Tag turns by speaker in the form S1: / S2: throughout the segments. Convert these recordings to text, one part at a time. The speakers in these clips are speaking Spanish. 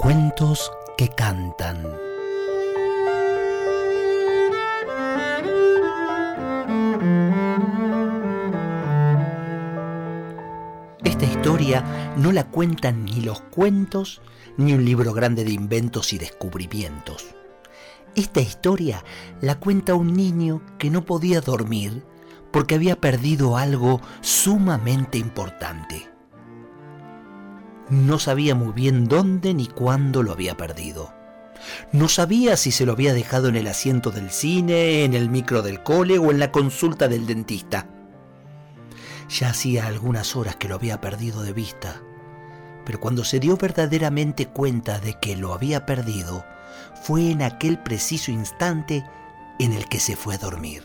S1: Cuentos que cantan. Esta historia no la cuentan ni los cuentos ni un libro grande de inventos y descubrimientos. Esta historia la cuenta un niño que no podía dormir porque había perdido algo sumamente importante. No sabía muy bien dónde ni cuándo lo había perdido. No sabía si se lo había dejado en el asiento del cine, en el micro del cole o en la consulta del dentista. Ya hacía algunas horas que lo había perdido de vista, pero cuando se dio verdaderamente cuenta de que lo había perdido, fue en aquel preciso instante en el que se fue a dormir.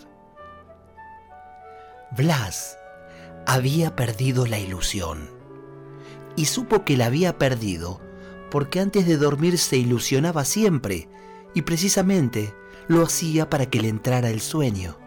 S1: Blas había perdido la ilusión. Y supo que la había perdido porque antes de dormir se ilusionaba siempre y precisamente lo hacía para que le entrara el sueño.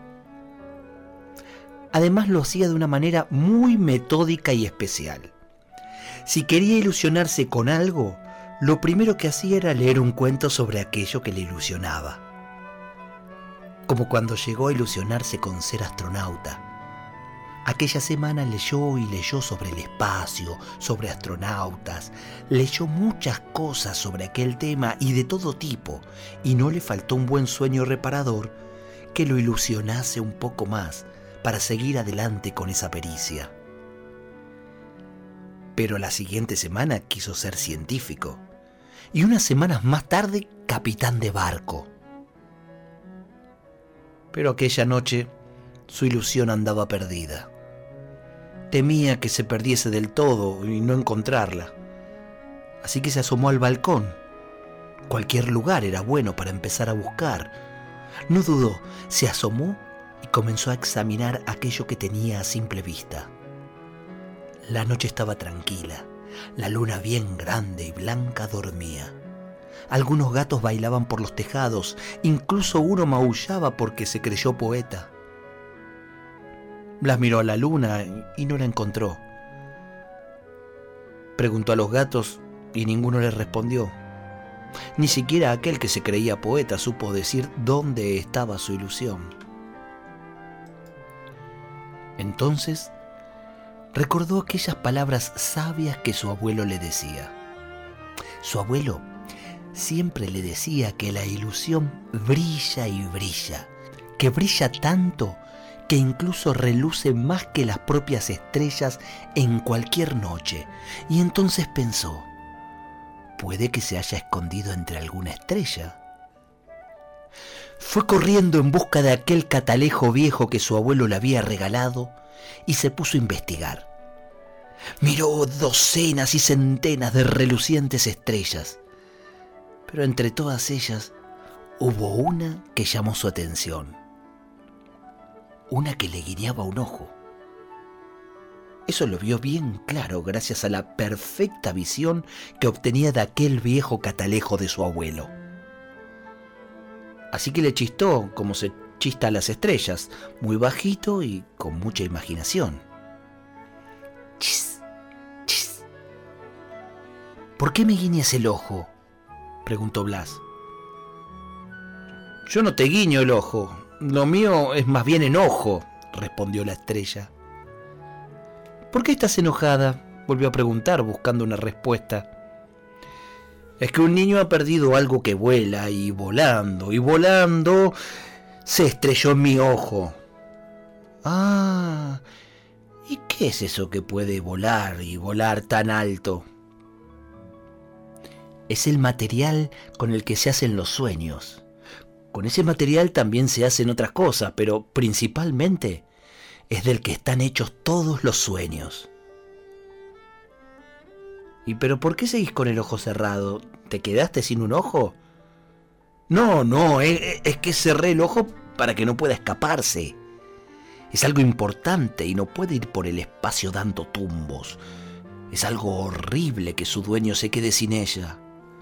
S1: Además lo hacía de una manera muy metódica y especial. Si quería ilusionarse con algo, lo primero que hacía era leer un cuento sobre aquello que le ilusionaba. Como cuando llegó a ilusionarse con ser astronauta. Aquella semana leyó y leyó sobre el espacio, sobre astronautas, leyó muchas cosas sobre aquel tema y de todo tipo, y no le faltó un buen sueño reparador que lo ilusionase un poco más para seguir adelante con esa pericia. Pero la siguiente semana quiso ser científico, y unas semanas más tarde capitán de barco. Pero aquella noche su ilusión andaba perdida. Temía que se perdiese del todo y no encontrarla. Así que se asomó al balcón. Cualquier lugar era bueno para empezar a buscar. No dudó, se asomó y comenzó a examinar aquello que tenía a simple vista. La noche estaba tranquila. La luna bien grande y blanca dormía. Algunos gatos bailaban por los tejados, incluso uno maullaba porque se creyó poeta. Blas miró a la luna y no la encontró. Preguntó a los gatos y ninguno le respondió. Ni siquiera aquel que se creía poeta supo decir dónde estaba su ilusión. Entonces recordó aquellas palabras sabias que su abuelo le decía. Su abuelo siempre le decía que la ilusión brilla y brilla, que brilla tanto que incluso reluce más que las propias estrellas en cualquier noche. Y entonces pensó, puede que se haya escondido entre alguna estrella. Fue corriendo en busca de aquel catalejo viejo que su abuelo le había regalado y se puso a investigar. Miró docenas y centenas de relucientes estrellas, pero entre todas ellas hubo una que llamó su atención. Una que le guiñaba un ojo. Eso lo vio bien claro gracias a la perfecta visión que obtenía de aquel viejo catalejo de su abuelo. Así que le chistó como se chista a las estrellas, muy bajito y con mucha imaginación. Chis, chis. ¿Por qué me guiñas el ojo?, preguntó Blas. Yo no te guiño el ojo. Lo mío es más bien enojo, respondió la estrella. ¿Por qué estás enojada?, volvió a preguntar buscando una respuesta. Es que un niño ha perdido algo que vuela y volando, se estrelló en mi ojo. Ah, ¿y qué es eso que puede volar y volar tan alto? Es el material con el que se hacen los sueños. Con ese material también se hacen otras cosas, pero principalmente es del que están hechos todos los sueños. ¿Y pero por qué seguís con el ojo cerrado? ¿Te quedaste sin un ojo? No, es que cerré el ojo para que no pueda escaparse. Es algo importante y no puede ir por el espacio dando tumbos. Es algo horrible que su dueño se quede sin ella.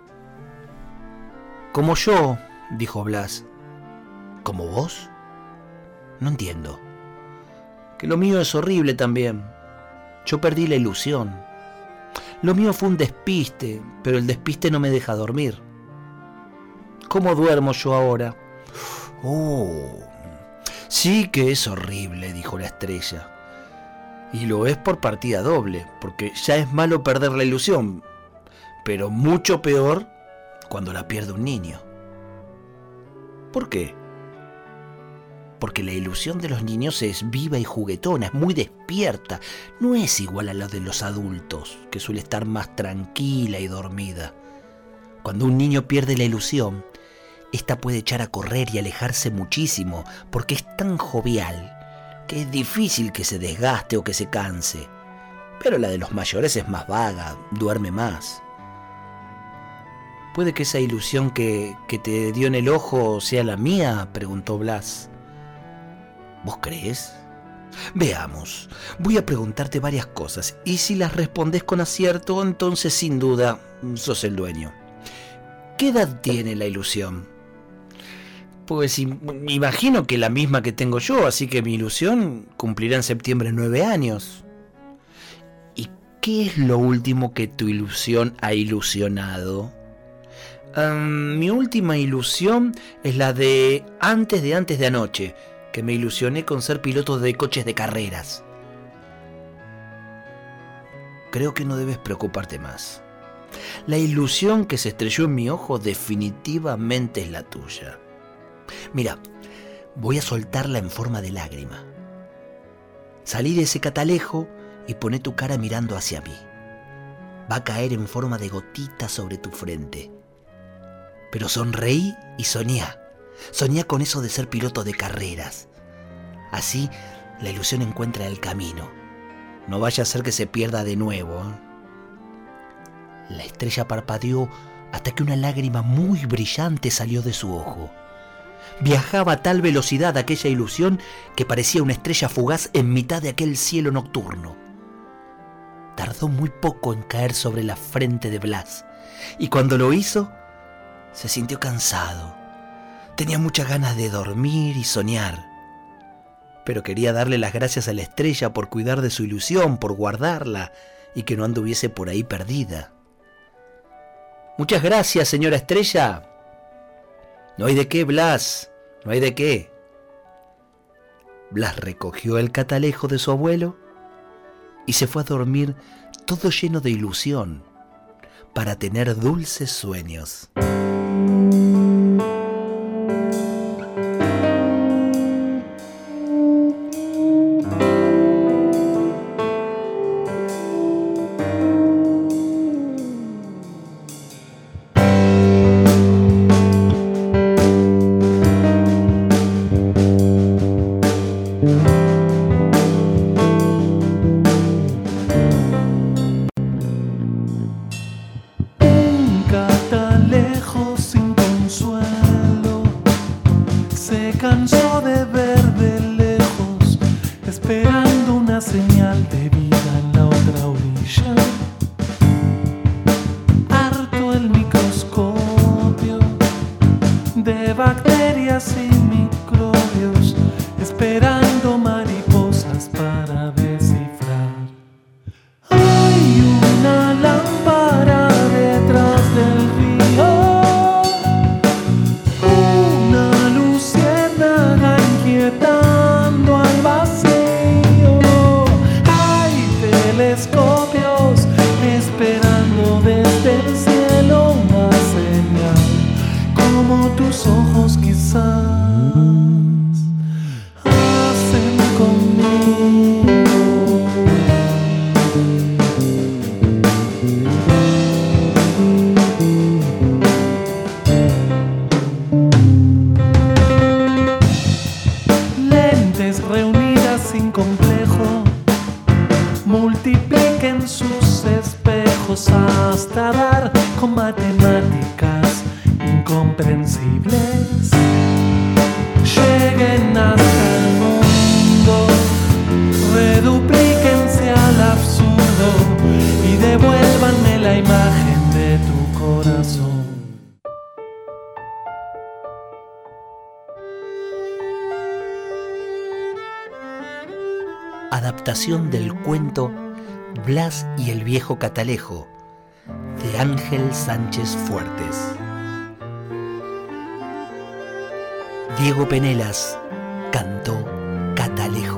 S1: Como yo, dijo Blas. ¿Como vos? No entiendo. Que lo mío es horrible también. Yo perdí la ilusión. Lo mío fue un despiste, pero el despiste no me deja dormir. ¿Cómo duermo yo ahora? Oh, sí que es horrible, dijo la estrella. Y lo es por partida doble, porque ya es malo perder la ilusión, pero mucho peor cuando la pierde un niño. ¿Por qué? Porque la ilusión de los niños es viva y juguetona, es muy despierta, no es igual a la de los adultos, que suele estar más tranquila y dormida. Cuando un niño pierde la ilusión, esta puede echar a correr y alejarse muchísimo, porque es tan jovial que es difícil que se desgaste o que se canse. Pero la de los mayores es más vaga, duerme más. ¿Puede que esa ilusión que te dio en el ojo sea la mía?, preguntó Blas. ¿Vos crees? Veamos, voy a preguntarte varias cosas, y si las respondes con acierto, entonces sin duda sos el dueño. ¿Qué edad tiene la ilusión? Pues imagino que la misma que tengo yo, así que mi ilusión cumplirá en septiembre 9 años. ¿Y qué es lo último que tu ilusión ha ilusionado? Mi última ilusión es la de antes de anoche, que me ilusioné con ser piloto de coches de carreras. Creo que no debes preocuparte más. La ilusión que se estrelló en mi ojo definitivamente es la tuya. Mira, voy a soltarla en forma de lágrima. Salí de ese catalejo y poné tu cara mirando hacia mí. Va a caer en forma de gotita sobre tu frente. Pero sonreí y soñá. Soñá con eso de ser piloto de carreras. Así la ilusión encuentra el camino. No vaya a ser que se pierda de nuevo, ¿eh? La estrella parpadeó hasta que una lágrima muy brillante salió de su ojo. Viajaba a tal velocidad aquella ilusión que parecía una estrella fugaz en mitad de aquel cielo nocturno. Tardó muy poco en caer sobre la frente de Blas, y cuando lo hizo, se sintió cansado. Tenía muchas ganas de dormir y soñar, pero quería darle las gracias a la estrella por cuidar de su ilusión, por guardarla y que no anduviese por ahí perdida. Muchas gracias, señora estrella. No hay de qué, Blas, no hay de qué. Blas recogió el catalejo de su abuelo y se fue a dormir todo lleno de ilusión para tener dulces sueños.
S2: Cansó de ver de lejos, esperando una señal de vida en la otra orilla. Harto el microscopio de bacterias y microbios, esperando mariposas para descifrar. Hay una lámpara detrás del río, inquietando al vacío. Hay telescopios esperando desde el cielo una señal, como tus ojos quizás hacen conmigo. Reunidas sin complejo, multipliquen sus espejos hasta dar con matemáticas incomprensibles. Lleguen hasta el mundo, reduplíquense al absurdo y devuélvanme la imagen de tu corazón.
S1: Adaptación del cuento Blas y el viejo Catalejo, de Ángel Sánchez Fuertes. Diego Penelas cantó Catalejo.